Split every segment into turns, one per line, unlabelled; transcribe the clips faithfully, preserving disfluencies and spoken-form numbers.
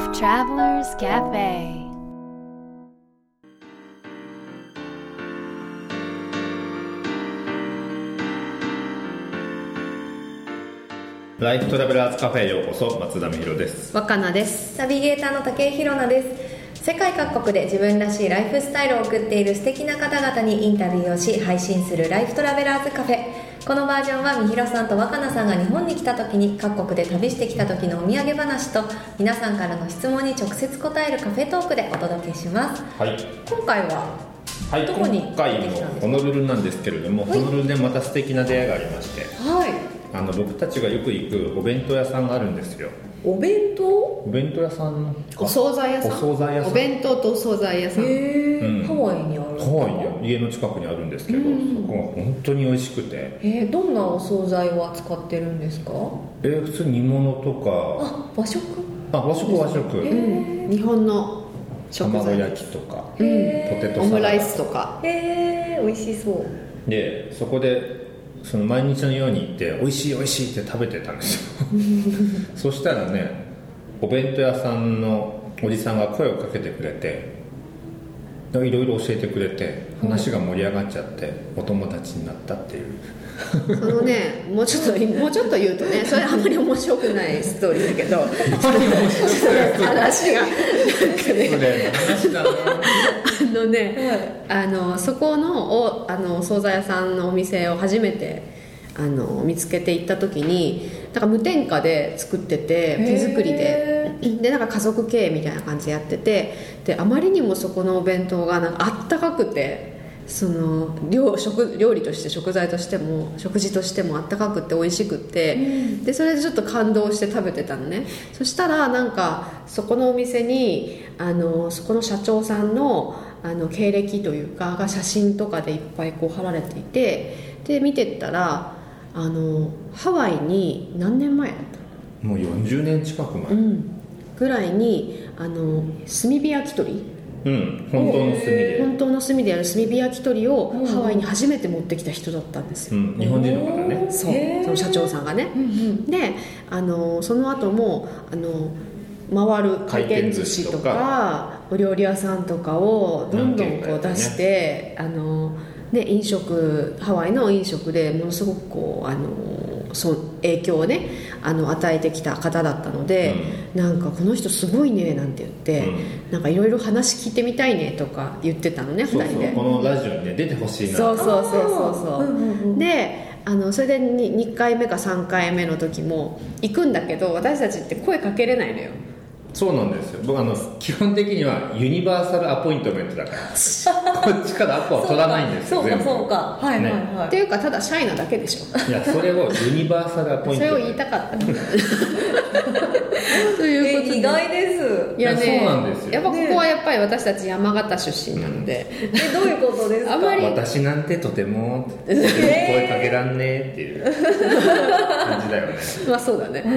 Travelers Cafe。
ライフトラベラーズカフェへようこそ。松田美弘です。
若菜です。
ナビゲーターの竹井宏奈です。世界各国で自分らしいライフスタイルを送っている素敵な方々にインタビューをし配信するライフトラベラーズカフェ。このバージョンは美弘さんと若菜さんが日本に来た時に各国で旅してきた時のお土産話と皆さんからの質問に直接答えるカフェトークでお届けします。
はい、
今回は
はい、
どこに
今回もホノルルなんですけれども、ホノルルでまた素敵な出会いがありまして、
はい、
あの僕たちがよく行くお弁当屋さんがあるんですよ。
お弁当？
お弁当屋さん、
お惣菜屋さん。
お惣菜屋さん。
お弁当とお惣菜屋さん。
へー、
うん、
ハワイにある。
ハワイよ、家の近くにあるんですけど、うん、そこが本当に美味しくて。
えー、どんなお惣菜を扱ってるんですか？
えー、普通煮物とか。
あ、和食？
あ、和食和食。
うん、日本の食材。
卵焼きとか、
うん、
ポテトサラダ、
オムライスとか。
えー、美味しそう
で、そこでその毎日のように行って美味しい美味しいって食べてたんですよそしたらね、お弁当屋さんのおじさんが声をかけてくれて、いろいろ教えてくれて、話が盛り上がっちゃってお友達になったっていう
そのね、もうちょっともうちょっと言うとね、それあんまり面白くないストーリーだけど話がなんかね
話だな
あのね、はい、あのそこのおあの惣菜屋さんのお店を初めてあの見つけて行った時に、なんか無添加で作ってて、手作りででなんか家族経営みたいな感じでやってて、であまりにもそこのお弁当がなんかあったかくて、その 料, 食料理として食材としても食事としてもあったかくて美味しくて、うん、でそれでちょっと感動して食べてたのね。そしたらなんかそこのお店にあのそこの社長さんのあの経歴というかが写真とかでいっぱいこう貼られていて、で見てったらあのハワイに何年前だった
もうよんじゅうねん近く前、
うん、ぐらいにあの炭火焼き鳥、
うん、本当の炭で
本当の炭でやる炭火焼き鳥をハワイに初めて持ってきた人だったんですよ、
うん、日本人の方ね。
そう、その社長さんがね、うんうん、であのその後もあの回る回転寿司とかお料理屋さんとかをどんどんこう出して、ね、あので飲食ハワイの飲食でものすごくこうあのそ影響をねあの与えてきた方だったので、うん、なんかこの人すごいねなんて言って、うん、なんかいろいろ話聞いてみたいねとか言ってたのね、ふたりで。
このラジオに、ね、出てほしいな。
そうそうそうそうそう、うんうんうん、であのそれで 2, にかいめかさんかいめの時も行くんだけど、私たちって声かけれないのよ。
そうなんですよ。僕あの基本的にはユニバーサルアポイントメントだからこっちからアポは取らないんですよ。
そうかそうか、はいはいはい、
ね、っていうかただシャイなだけでしょ。
いや、それをユニバーサルアポイントメント
それを言いたかったということで、
意外です。
いやね、
そうなんですよ。
やっぱここはやっぱり私たち山形出身なので、ね、
えどういうことですか？
あまり
私なんてとても声かけらんねえっていう感じだよね。
まあそうだね、うん、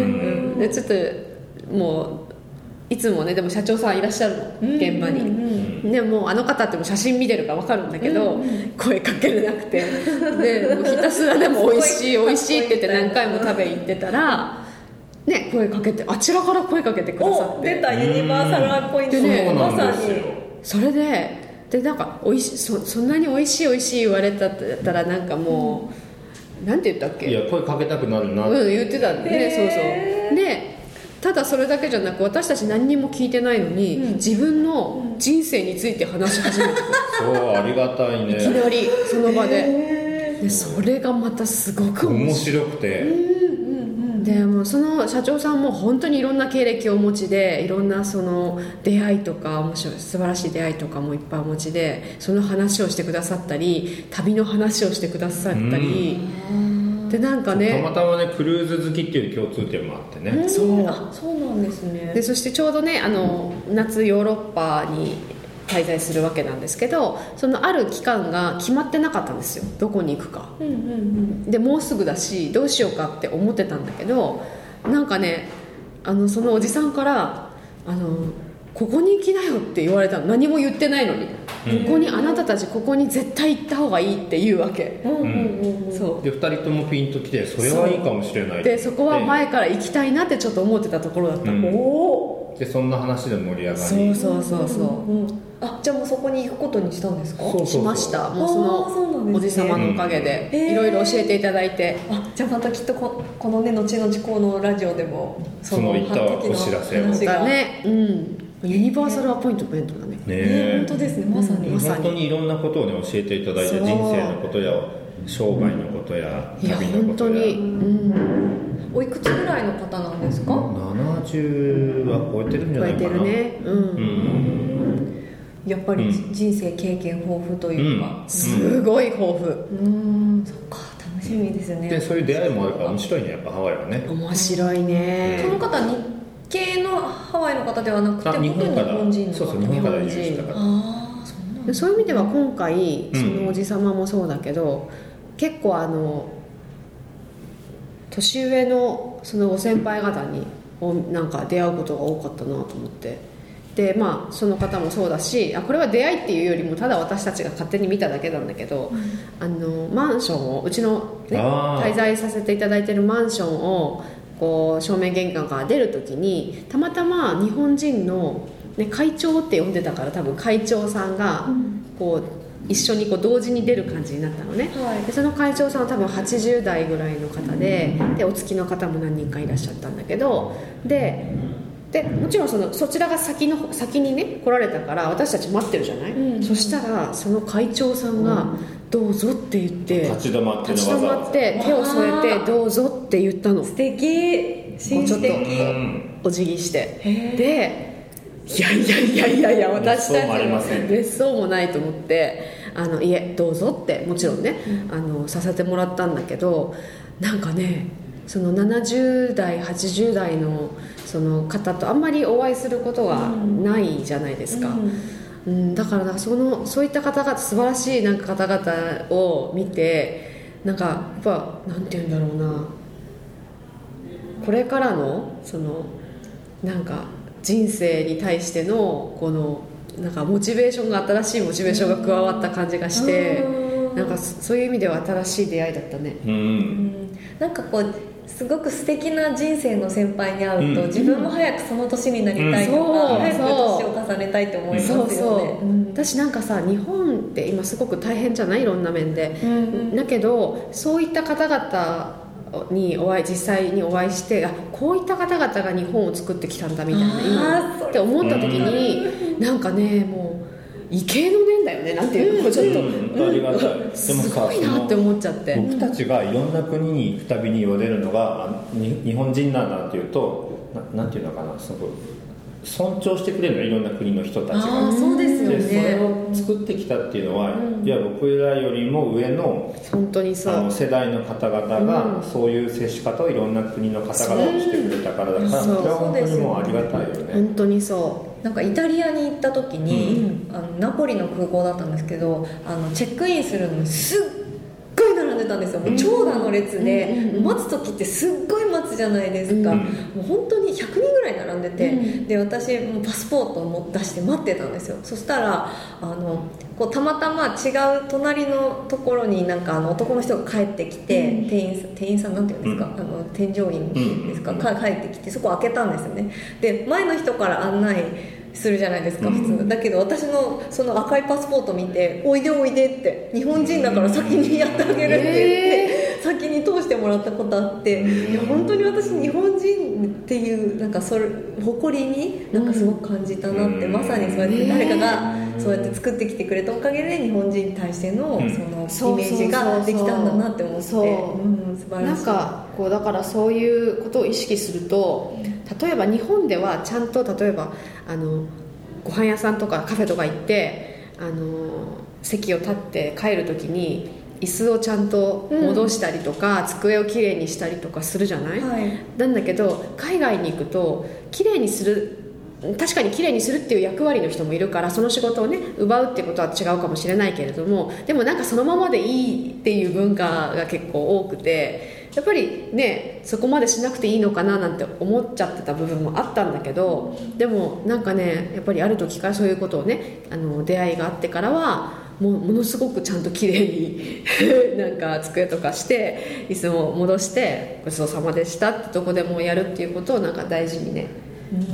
でちょっともういつもね、でも社長さんいらっしゃるの、うん、現場に、うんうん、でもあの方っても写真見てるから分かるんだけど、うんうん、声かけれなくてでもうひたすらでも美味しい美味しいって言って何回も食べ行ってたらね、声かけて、あちらから声かけてくださって、
出たユニバーサルアポイント
メント、
まさに
それででなんかおいし そ, そんなに美味しい美味しい言われたったらなんかもう、うん、なんて言ったっけ、
いや声かけたくなるなって、
うん、言ってたんでね。そうそうでただそれだけじゃなく、私たち何にも聞いてないのに、うん、自分の人生について話し始めてくる、
そうありがたいね、
いきなりその場で、でそれがまたすごく
面白くて、
でもその社長さんも本当にいろんな経歴をお持ちで、いろんなその出会いとか面白い素晴らしい出会いとかもいっぱいお持ちで、その話をしてくださったり旅の話をしてくださったり、でなんかね、
たまたまねクルーズ好きっていう共通点もあってね、
そう
あそうなんですね。
でそしてちょうどねあの夏ヨーロッパに滞在するわけなんですけど、そのある期間が決まってなかったんですよ、どこに行くか、うんうんうん、でもうすぐだしどうしようかって思ってたんだけど、なんかねあのそのおじさんからあのここに行きなよって言われたの。何も言ってないのに、うん、ここにあなたたちここに絶対行った方がいいって言うわけ、うん
うんうん、そうでふたりともピンときて、それはいいかもしれない
で、そこは前から行きたいなってちょっと思ってたところだった、うん、お
でそんな話で盛り上がり、
そうそうそうそう、
うんうん、あじゃあもうそこに行くことにしたんですか？
そうそうそう
しました。もうそのおじさまのおかげで
うん
いろいろ教えていただいて、
あじゃあまたきっと こ, このね後々このラジオでも
その行ったお知らせを
話が
ね、うん、ユニバーサルアポイントメントだね。
ね
ね本当ですね、まさに、
うん、まさに
本当にいろんなことをね教えていただいて、人生のことや生涯のことや旅のことや、
いや本当に、うん、
おいくつぐらいの方なんですか？
ななじゅうは超えてるんじゃないかな。
超えてるね、うん、うん、
やっぱり人生経験豊富というか、
うん、すごい豊富、
うん、そっか楽しみですよね。
でそういう出会いもあるから面白いね、やっぱハワイはね。
面白いね。
その方日系のハワイの方ではなくて
日本から
日本人の方。
そうそう日本から移住したから。
あそうなんだ。
そういう意味では今回
うん
そのおじさまもそうだけど、結構あの年上のそのご先輩方になんか出会うことが多かったなと思って、でまあその方もそうだし、あこれは出会いっていうよりもただ私たちが勝手に見ただけなんだけど、うん、あのマンションをうちの、ね、滞在させていただいているマンションをこう正面玄関から出るときにたまたま日本人の、ね、会長って呼んでたから多分会長さんがこう一緒にこう同時に出る感じになったのね、はい、でその会長さんは多分はちじゅう代ぐらいの方で、でお付きの方も何人かいらっしゃったんだけど、ででもちろん そ, のそちらが先の先にね来られたから私たち待ってるじゃない、うん、そしたらその会長さんが「どうぞ」って言って
立ち止まって
立ち止まって手を添えて「どうぞ」って言ったの。
素敵、紳士的、
ちょっとお辞儀して、でいやいやいやいやいや私たちは別荘もないと思って、あのいえどうぞってもちろんね、うん、あのさせてもらったんだけど、なんかねそのななじゅう代はちじゅう代のその方とあんまりお会いすることがないじゃないですか、うんうん、だからなんかそのそういった方々素晴らしいなんか方々を見て、なんかやっぱなんて言うんだろうな、これからのそのなんか人生に対してのこのなんかモチベーションが新しいモチベーションが加わった感じがして、なんかそういう意味では新しい出会いだったね。
うん、
なんかこうすごく素敵な人生の先輩に会うと、うん、自分も早くその年になりたいとか、うん、早く年を重ねたいと思いますよね。そうそう、うん、
私なんかさ日本って今すごく大変じゃない、いろんな面で、うん、だけどそういった方々にお会い実際にお会いして、あこういった方々が日本を作ってきたんだみたいな今って思った時に、なんかねもう畏敬の念だよね、なんていうの、ちょっと、
うん、ありがたい。でもさ、
すごいなって思っちゃって、
僕たちがいろんな国に行くたびに言われるのが、日本人なんだっていうと な, なんていうのかな、すごい尊重してくれるの、いろんな国の人たちが。
あそうですよね。
でそれを作ってきたっていうのは、うん、いや僕らよりも上の
本当にそう
あの世代の方々が、うん、そういう接し方をいろんな国の方々をしてくれたからだから、それは本当にもうありがたいよね。
本当にそう。
なんかイタリアに行った時に、うん、あのナポリの空港だったんですけど、あのチェックインするのにすっごい並んでたんですよ。もう長蛇の列で、うん、待つ時ってすっごい待つじゃないですか、うん、もう本当にひゃくにんぐらい並んでて、うん、で私もパスポートを出して待ってたんですよ。そしたらあのこうたまたま違う隣のところになんかあの男の人が帰ってきて、うん、店員さん店員さんなんていうんですか、うん、あの添乗員ですか、うん、帰ってきてそこを開けたんですよね。で前の人から案内するじゃないですか普通、うん、だけど私のその赤いパスポート見ておいでおいでって日本人だから先にやってあげるって言って、えー、先に通してもらったことあって、えー、いや本当に私日本人っていうなんかそれ誇りになんかすごく感じたなって、うん、まさにそうやって誰かがそうやって作ってきてくれたおかげで日本人に対してのそのイメージができたんだなって思って、そう、うん、素晴らしい。
なんかこうだからそういうことを意識すると、例えば日本ではちゃんと例えばあのご飯屋さんとかカフェとか行ってあの席を立って帰るときに椅子をちゃんと戻したりとか、うん、机をきれいにしたりとかするじゃない、はい、なんだけど海外に行くときれいにする、確かにきれいにするっていう役割の人もいるからその仕事をね奪うっていうことは違うかもしれないけれども、でもなんかそのままでいいっていう文化が結構多くて、やっぱりねそこまでしなくていいのかななんて思っちゃってた部分もあったんだけど、でもなんかねやっぱりある時からそういうことをねあの出会いがあってからはもうものすごくちゃんときれいになんか机とかして椅子を戻してごちそうさまでしたってどこでもやるっていうことをなんか大事にね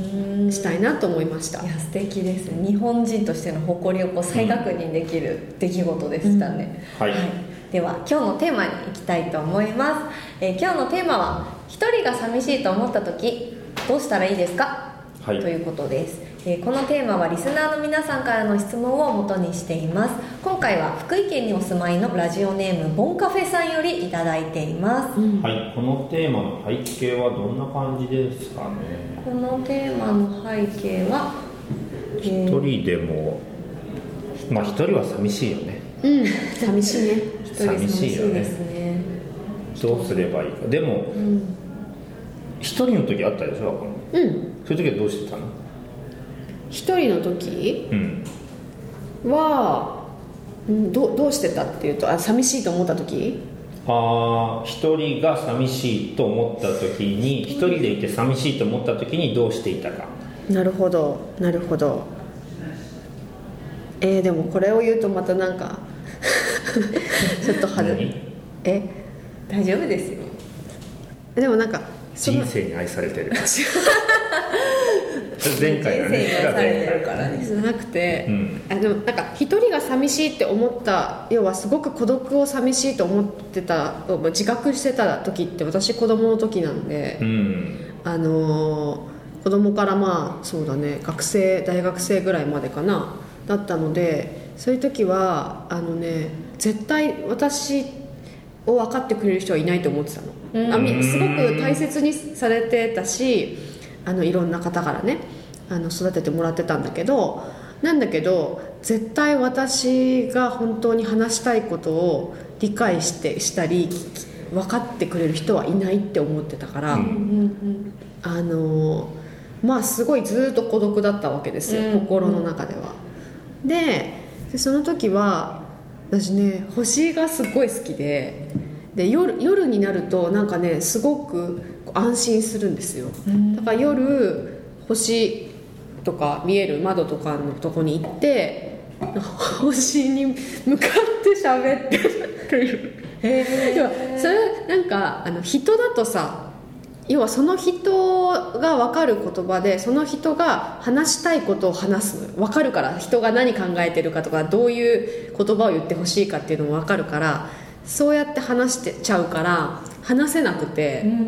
したいなと思いました。
いや素敵です。日本人としての誇りをこう再確認できる出来事でしたね、
うん、はい、
はい、では今日のテーマに行きたいと思います、えー、今日のテーマは一人が寂しいと思った時どうしたらいいですか、はい、ということです。えー、このテーマはリスナーの皆さんからの質問を元にしています。今回は福井県にお住まいのラジオネームボンカフェさんよりいただいています、うん、
はい、このテーマの背景はどんな感じですかね。
このテーマの背景は
一人でも、えー、まあ一人は寂しいよね。
うん、寂しいね。
一人寂しいよね。
ですね。
どうすればいいか。でも、うん、一人の時あったでしょ。
うん。
そういう時はどうしてたの？
一人の時、
うん、
は、うん、ど, どうしてたっていうと、あ、寂しいと思った時？
ああ、一人が寂しいと思った時に、一人でいて寂しいと思った時にどうしていたか。
なるほど、なるほど。えー、でもこれを言うとまたなんかちょっと派手。え、
大丈夫ですよ。
でもなんか
人生に愛されてる前回がね、
人生に愛されてるからね。
じゃなくて、
うん、
あでもなんか一人が寂しいって思った、要はすごく孤独を寂しいと思ってた、自覚してた時って私子供の時なんで、
うん、
あのー、子供からまあそうだね、学生大学生ぐらいまでかなだったので、そういう時はあのね、絶対私を分かってくれる人はいないと思ってたの。あすごく大切にされてたし、あのいろんな方からね、あの育ててもらってたんだけど、なんだけど絶対私が本当に話したいことを理解してしたり分かってくれる人はいないって思ってたから、うん、あのまあすごいずっと孤独だったわけですよ、うん、心の中では。で、でその時は私ね、星がすごい好きで、で 夜, 夜になるとなんかね、すごく安心するんですよ。だから夜星とか見える窓とかのとこに行って星に向かって喋ってくる。へ要はそれなんかあの人だとさ、要はその人が分かる言葉でその人が話したいことを話す、分かるから、人が何考えてるかとかどういう言葉を言ってほしいかっていうのも分かるから、そうやって話してちゃうから話せなくて、うんうんうん、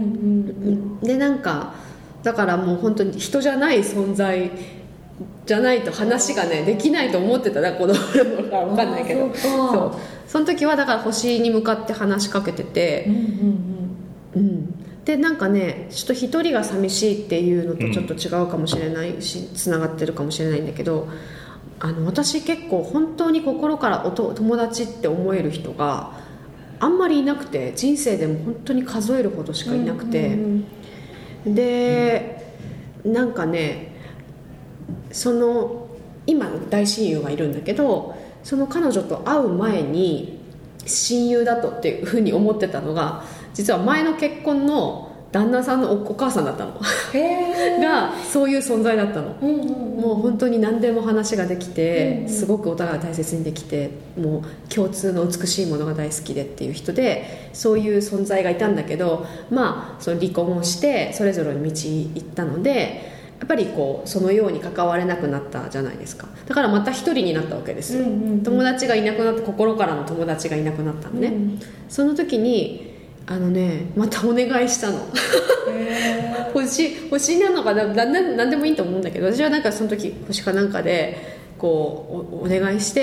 でなんかだからもう本当に人じゃない存在じゃないと話がねできないと思ってた。だから子供の頃から分かんないけど、そうそう、その時はだから星に向かって話しかけてて、うんうんうんうん、でなんかね、ちょっと一人が寂しいっていうのとちょっと違うかもしれないし、つながってるかもしれないんだけど、あの私結構本当に心からおと友達って思える人があんまりいなくて、人生でも本当に数えるほどしかいなくて、うんうん、で、うん、なんかね、その今大親友がいるんだけど、その彼女と会う前に親友だとっていうふうに思ってたのが、実は前の結婚の旦那さんのお母さんだったのへがそういう存在だったの、うんうんうん、もう本当に何でも話ができて、うんうん、すごくお互い大切にできて、もう共通の美しいものが大好きでっていう人で、そういう存在がいたんだけど、まあその離婚をしてそれぞれの道行ったので、やっぱりこうそのように関われなくなったじゃないですか。だからまた一人になったわけですよ、うんうんうん、友達がいなくなって、心からの友達がいなくなったのね、うん、その時にあのね、またお願いしたの星, 星なのかな、何でもいいと思うんだけど、私はなんかその時星かなんかでこう お, お願いして、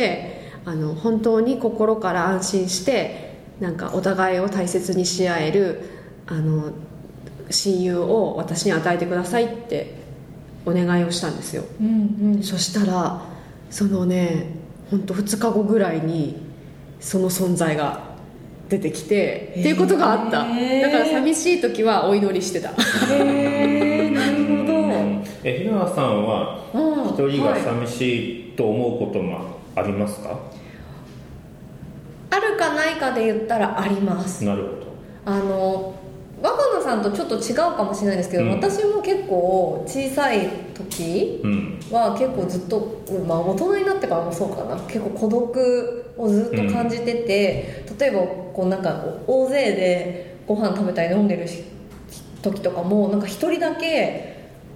あの本当に心から安心してなんかお互いを大切にし合えるあの親友を私に与えてくださいってお願いをしたんですよ、うんうん、そしたらそのね、本当ふつかごぐらいにその存在が出てきてっていうことがあった。だから寂しい時はお祈りしてた。
へーなるほど。
え、ひなさんは一人が寂しいと思うこともありますか？
あるかないかで言ったらあります。
なるほど。
あの若菜さんとちょっと違うかもしれないですけど、うん、私も結構小さい時は結構ずっと、まあ、大人になってからもそうかな、結構孤独をずっと感じてて、うん、例えばこうなんか大勢でご飯食べたり飲んでる時とかもなんか一人だけ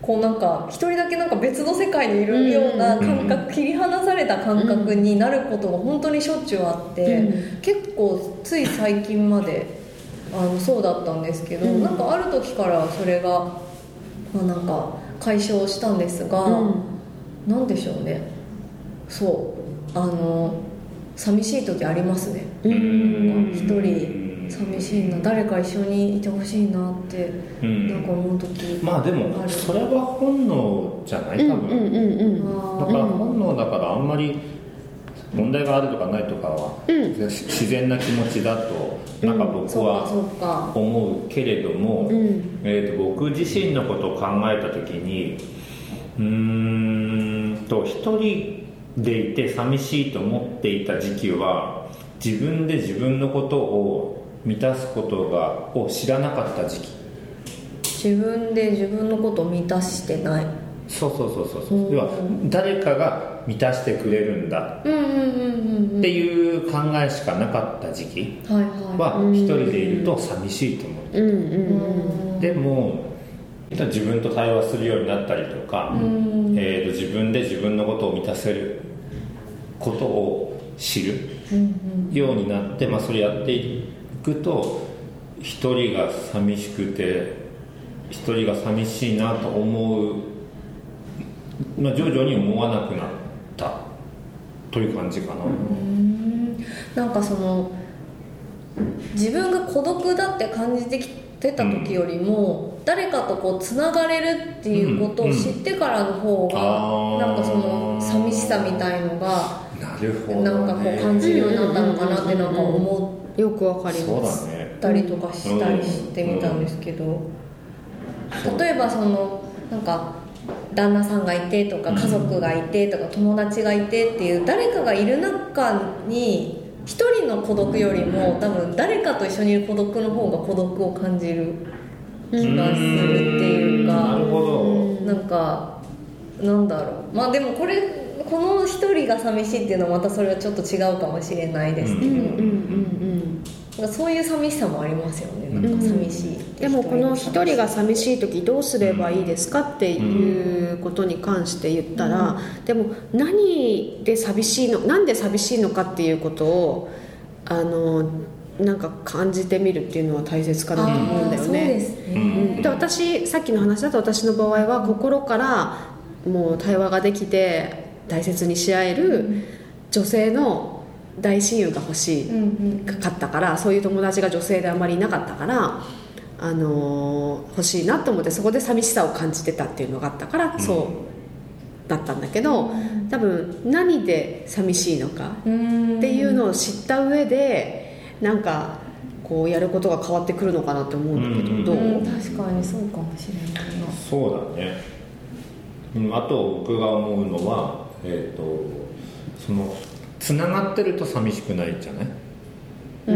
こうなんか一人だけなんか別の世界にいるような感覚、切り離された感覚になることが本当にしょっちゅうあって、うん、結構つい最近まであのそうだったんですけど、うん、なんかある時からそれが、まあ、なんか解消したんですが、うん、なんでしょうね、そうあの寂しい時ありますね。一人寂しいな、誰か一緒にいてほしいなって、うん、なんか思う時
まあでもそれは本能じゃない多分、うんうんうんうん、だから本能だからあんまり問題があるとかないとかは、うん、自然な気持ちだとなんか僕は思うけれども、うんえー、と僕自身のことを考えた時にうーんと一人でいて寂しいと思っていた時期は自分で自分のことを満たすことがを知らなかった時期。
自分で自分のことを満たしてない。
そうそうそうそうそう、要は誰かが満たしてくれるんだっていう考えしかなかった時期は一人でいると寂しいと思って、うんうんうん、でも自分と対話するようになったりとか、うんえー、と自分で自分のことを満たせることを知るようになって、まあ、それやっていくと一人が寂しくて一人が寂しいなと思う、まあ、徐々に思わなくなったという感じかな。うー
んなんかその自分が孤独だって感じてきてた時よりも、うん、誰かとこうつながれるっていうことを知ってからの方が、うんうん、なんかその寂しさみたいのが
なるほど、ね、
なんかこう感じるようになったのかなってなんか思
うよくわかります。
たりとかしたりしてみたんですけど、うんうん、例えばそのなんか旦那さんがいてとか家族がいてとか友達がいてっていう誰かがいる中に一人の孤独よりも多分誰かと一緒にいる孤独の方が孤独を感じる気がするっていうか、
なるほど、
なんかなんだろう、まあでもこれこの一人が寂しいっていうのはまたそれはちょっと違うかもしれないですけど、うんうんうんうん、そういう寂しさもありますよね。なんか寂しい、うん、
でもこの一人が寂しい時どうすればいいですかっていうことに関して言ったら、うん、でも何で寂しいのなんで寂しいのかっていうことをあのなんか感じてみるっていうのは大切かなと思うんだよね。そうですね、うん、で私さっきの話だと私の場合は心からもう対話ができて大切にし合える女性の大親友が欲しかったから、うんうん、そういう友達が女性であまりいなかったから、あのー、欲しいなと思ってそこで寂しさを感じてたっていうのがあったから、うん、そうだったんだけど、うん、多分何で寂しいのかっていうのを知った上でなんかこうやることが変わってくるのかなと思うんだけど、どう、
うん、確かにそうかもしれないな。
そうだね、うん、あと僕が思うのは、えーと、そのつながってると寂しくないじゃない、うん、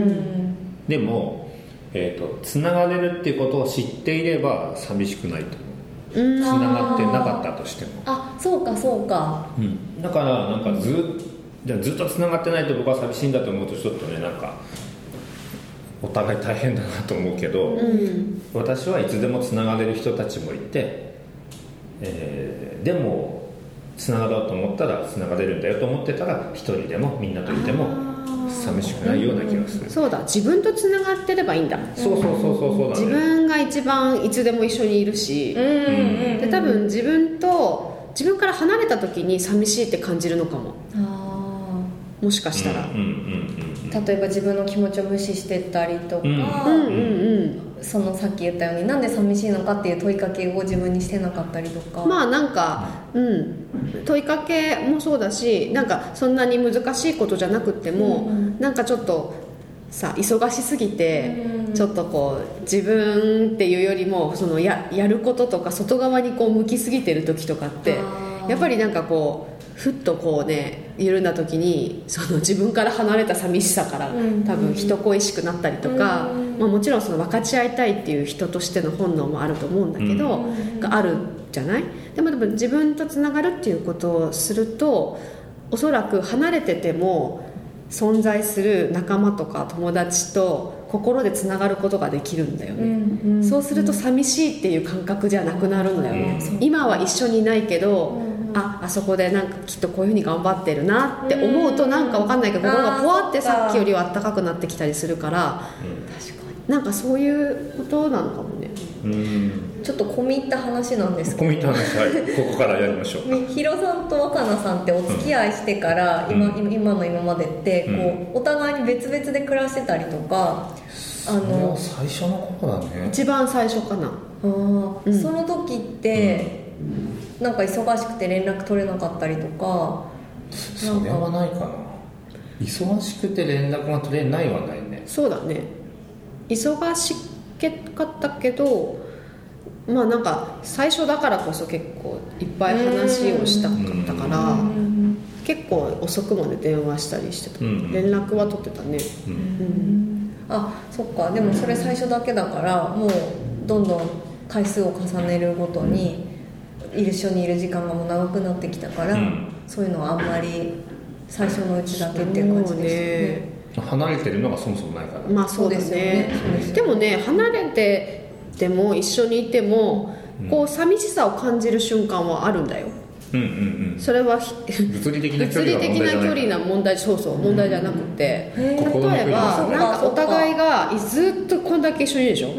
でも、えーと、つながれるっていうことを知っていれば寂しくないと思う。つながってなかったとしても、
あ、そうかそうか、
うん、だからなんかず、じゃずっとつながってないと僕は寂しいんだと思うとちょっとねなんかお互い大変だなと思うけど、うん、私はいつでもつながれる人たちもいて、えー、でもつながろうと思ったらつながれるんだよと思ってたら一人でもみんなといても寂しくないような気がする、うん、
そうだ、自分とつながってればいいんだ。
そうそうそうそうそうだ、ね、
自分が一番いつでも一緒にいるし、うんうんうん、で多分自分と自分から離れた時に寂しいって感じるのかも。あ、もしかしたら、うんうんうん
うん、例えば自分の気持ちを無視してたりとか、うんうんうん、そのさっき言ったようになんで寂しいのかっていう問いかけを自分にしてなかったりとか、
まあなんか、うん、問いかけもそうだし、なんかそんなに難しいことじゃなくっても、うんうん、なんかちょっとさ忙しすぎて、うん、ちょっとこう自分っていうよりもその や, やることとか外側にこう向きすぎてる時とかってやっぱりなんかこうふっとこうね緩んだ時にその自分から離れた寂しさから多分人恋しくなったりとか、まあ、もちろんその分かち合いたいっていう人としての本能もあると思うんだけど、があるじゃない。でも多分自分とつながるっていうことをするとおそらく離れてても存在する仲間とか友達と心でつながることができるんだよね、うんうん、そうすると寂しいっていう感覚じゃなくなるのよね、うん、今は一緒にいないけど、うん、ああそこでなんかきっとこういうふうに頑張ってるなって思うと、なんかわかんないけど心がポワってさっきよりは暖かくなってきたりするから、うん、確かになんかそういうことなのかもね。
うん、ちょっと込み入った話なんですけど、
込み入った話、はい、ここからやりましょう。
みひろさんと若菜さんってお付き合いしてから、うん、今, 今の今までってこう、うん、お互いに別々で暮らしてたりとか、
あの最初の頃だね、
一番最初かな。
あ、うん、その時って、うん、なんか忙しくて連絡取れなかったりとか。
それはないかな。忙しくて連絡が取れないはないね。
そうだね、忙しかったけど、まあなんか最初だからこそ結構いっぱい話をしたかったから、結構遅くまで電話したりしてた、うん、連絡は取ってたね、うんうん、
あ、そっか。でもそれ最初だけだからもうどんどん回数を重ねるごとに一緒にいる時間がもう長くなってきたから、うん、そういうのはあんまり最初のうちだけっていう感じですね。
離れてるのがそもそもないから。
まあそうですね。でもね、離れてても一緒にいても、うん、こう寂しさを感じる瞬間はあるんだよ。うんうんうん、それは
物理的な距離は問題じゃない、物理的な距離
な問題、そうそう問題じゃなくて、うん、例えばなんかお互いがずっとこんだけ一緒にいるでしょ、うん、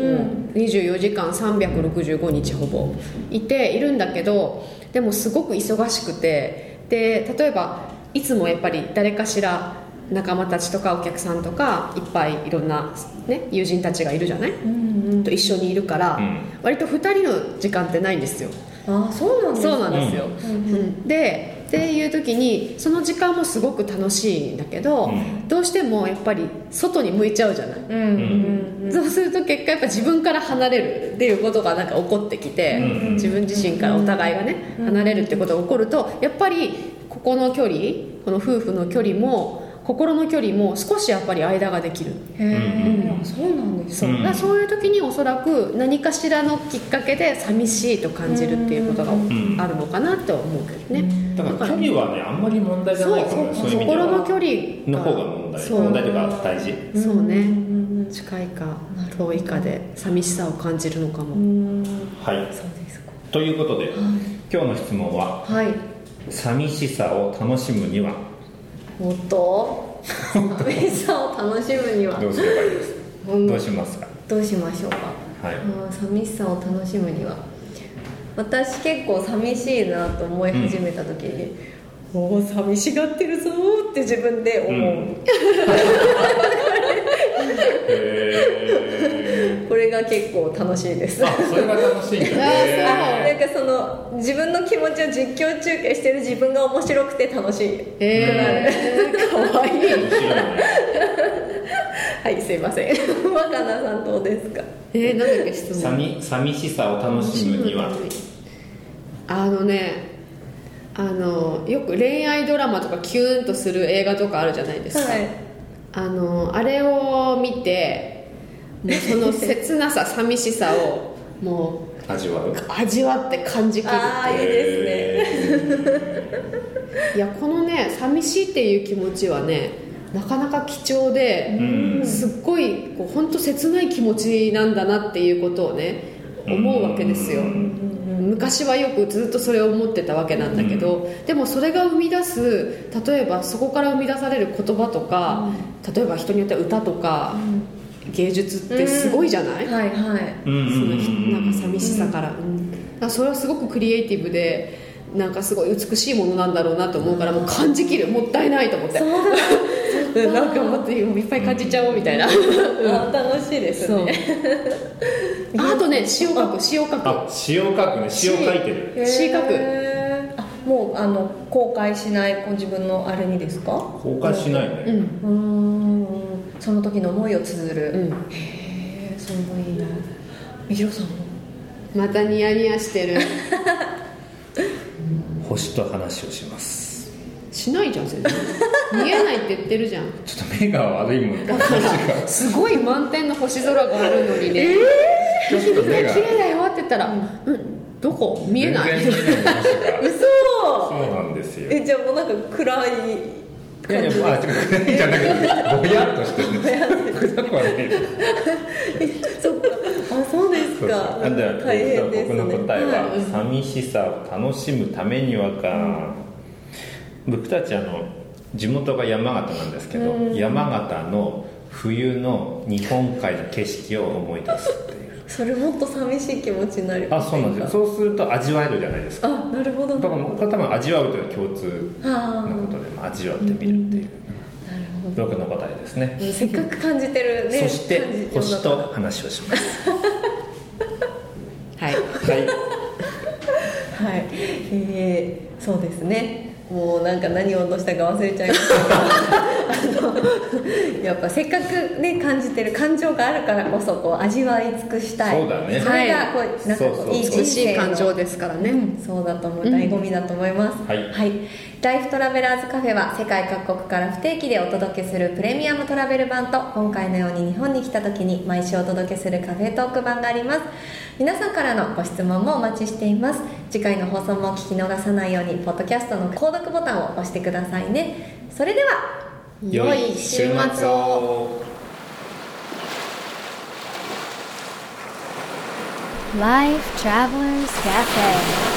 にじゅうよじかんさんびゃくろくじゅうごにちほぼいているんだけど、でもすごく忙しくて、で例えばいつもやっぱり誰かしら仲間たちとかお客さんとかいっぱいいろんな、ね、友人たちがいるじゃない、うんうん、と一緒にいるから、うん、割とふたりの時間ってないんですよ。
ああ、そうなんですか。
そうなんですよ、うんうん、でっていう時にその時間もすごく楽しいんだけど、うん、どうしてもやっぱり外に向いちゃうじゃない、うんうんうん、そうすると結果やっぱ自分から離れるっていうことがなんか起こってきて、うんうん、自分自身からお互いがね、うんうん、離れるってことが起こると、やっぱりここの距離、この夫婦の距離も心の距離も少しやっぱり間ができる。
へー、うん、そうなんです
ね。そう、だそういう時におそらく何かしらのきっかけで寂しいと感じるっていうことがあるのかなって思うけどね。
だから距離はねあんまり問題じゃないかもね。そういう意味では
心の距離
の方が問題、問題というか大事。
そうね、近いか遠いかで寂しさを感じるのかも。
はい、そうですか。ということで、はい、今日の質問は、はい、寂しさを楽しむには、
もっと寂しさを楽しむには
どうすればいいですか？どうしますか？
どうしましょうか、はい、寂しさを楽しむには、私結構寂しいなと思い始めた時に、うん、おお寂しがってるぞって自分で思う、うん、へこれが結構楽しいです。
あ、それが楽しいんだね。
なんかその自分の気持ちを実況中継してる自分が面白くて楽しいくなる。かわいい。はい、すいません。若菜さんどうですか？
えー、なんだっけ質問。
寂寂しさを楽しむには、
あのね、あのよく恋愛ドラマとかキューンとする映画とかあるじゃないですか、はい、あのあれを見てもうその切なさ寂しさをもう
味わう
味わって感じきるっていう。
あー、いいですね。
いや、このね寂しいっていう気持ちはねなかなか貴重で、うん、すっごいこう本当切ない気持ちなんだなっていうことをね思うわけですよ、うん、昔はよくずっとそれを思ってたわけなんだけど、うん、でもそれが生み出す、例えばそこから生み出される言葉とか、うん、例えば人によっては歌とか、うん、芸術ってすごいじゃない、うん、はいはい、そのなんか寂しさから、うん、だからそれはすごくクリエイティブでなんかすごい美しいものなんだろうなと思うから、もう感じきる、もったいないと思って、そうだなんかもっといっぱい感じちゃおうみたいな、うん、
楽しいですね。
あとね、詩を書く、詩を書く、
あ、詩を書くね、詩を書いてる、
詩書く、
あ、もうあの公開しないこう自分のあれにですか？
公開しないね、うん、
うん、その時の思いを綴る、うん、へえ、それもいいな。みひろさんも
またニヤニヤしてる。
星と話をします。
しないじゃん全然。見えないって言ってるじゃん。
ちょっと目が悪いもん。
すごい満天の星空があるのにね、えー、ちょっと目が綺麗だよって言ったら、うん、どこ見えない。
全然見えない。
嘘。
そうなんですよ。
え、じゃあもうなんか暗い
いやいや、まあ、違うじゃなくてぼやっとしてるんです臭くはない
そっか、あ、そうですか。
なんで
大変ですね。
僕の答えは、
はい、
寂しさを楽しむためにはか、うん、僕たちあの地元が山形なんですけど、うん、山形の冬の日本海の景色を思い出すっていう。
それもっと寂しい気持ちになります。
あ、そうなんですよ。そうすると味わえるじゃないですか。
あ、なるほど。
だからこれ多分味わうという共通なことで、まあ、味わってみるっていう、うん、なるほど、僕の答えですね。
せっかく感じてるね。
そして星と話をします
はいはい、はい、えー、そうですね。もうなんか何を落としたか忘れちゃいましたあのやっぱせっかくね感じてる感情があるからこそこう味わい尽くしたい。
そうだね。
それがこうなんかこういい人生の感情ですからね、うん、そうだと思う、醍醐味だと思います、
うん、はい、
はい。ライフトラベラーズカフェは世界各国から不定期でお届けするプレミアムトラベル版と、今回のように日本に来た時に毎週お届けするカフェトーク版があります。皆さんからのご質問もお待ちしています。次回の放送も聞き逃さないようにポッドキャストの購読ボタンを押してくださいね。それでは良い週末を。
Life Travelers Cafe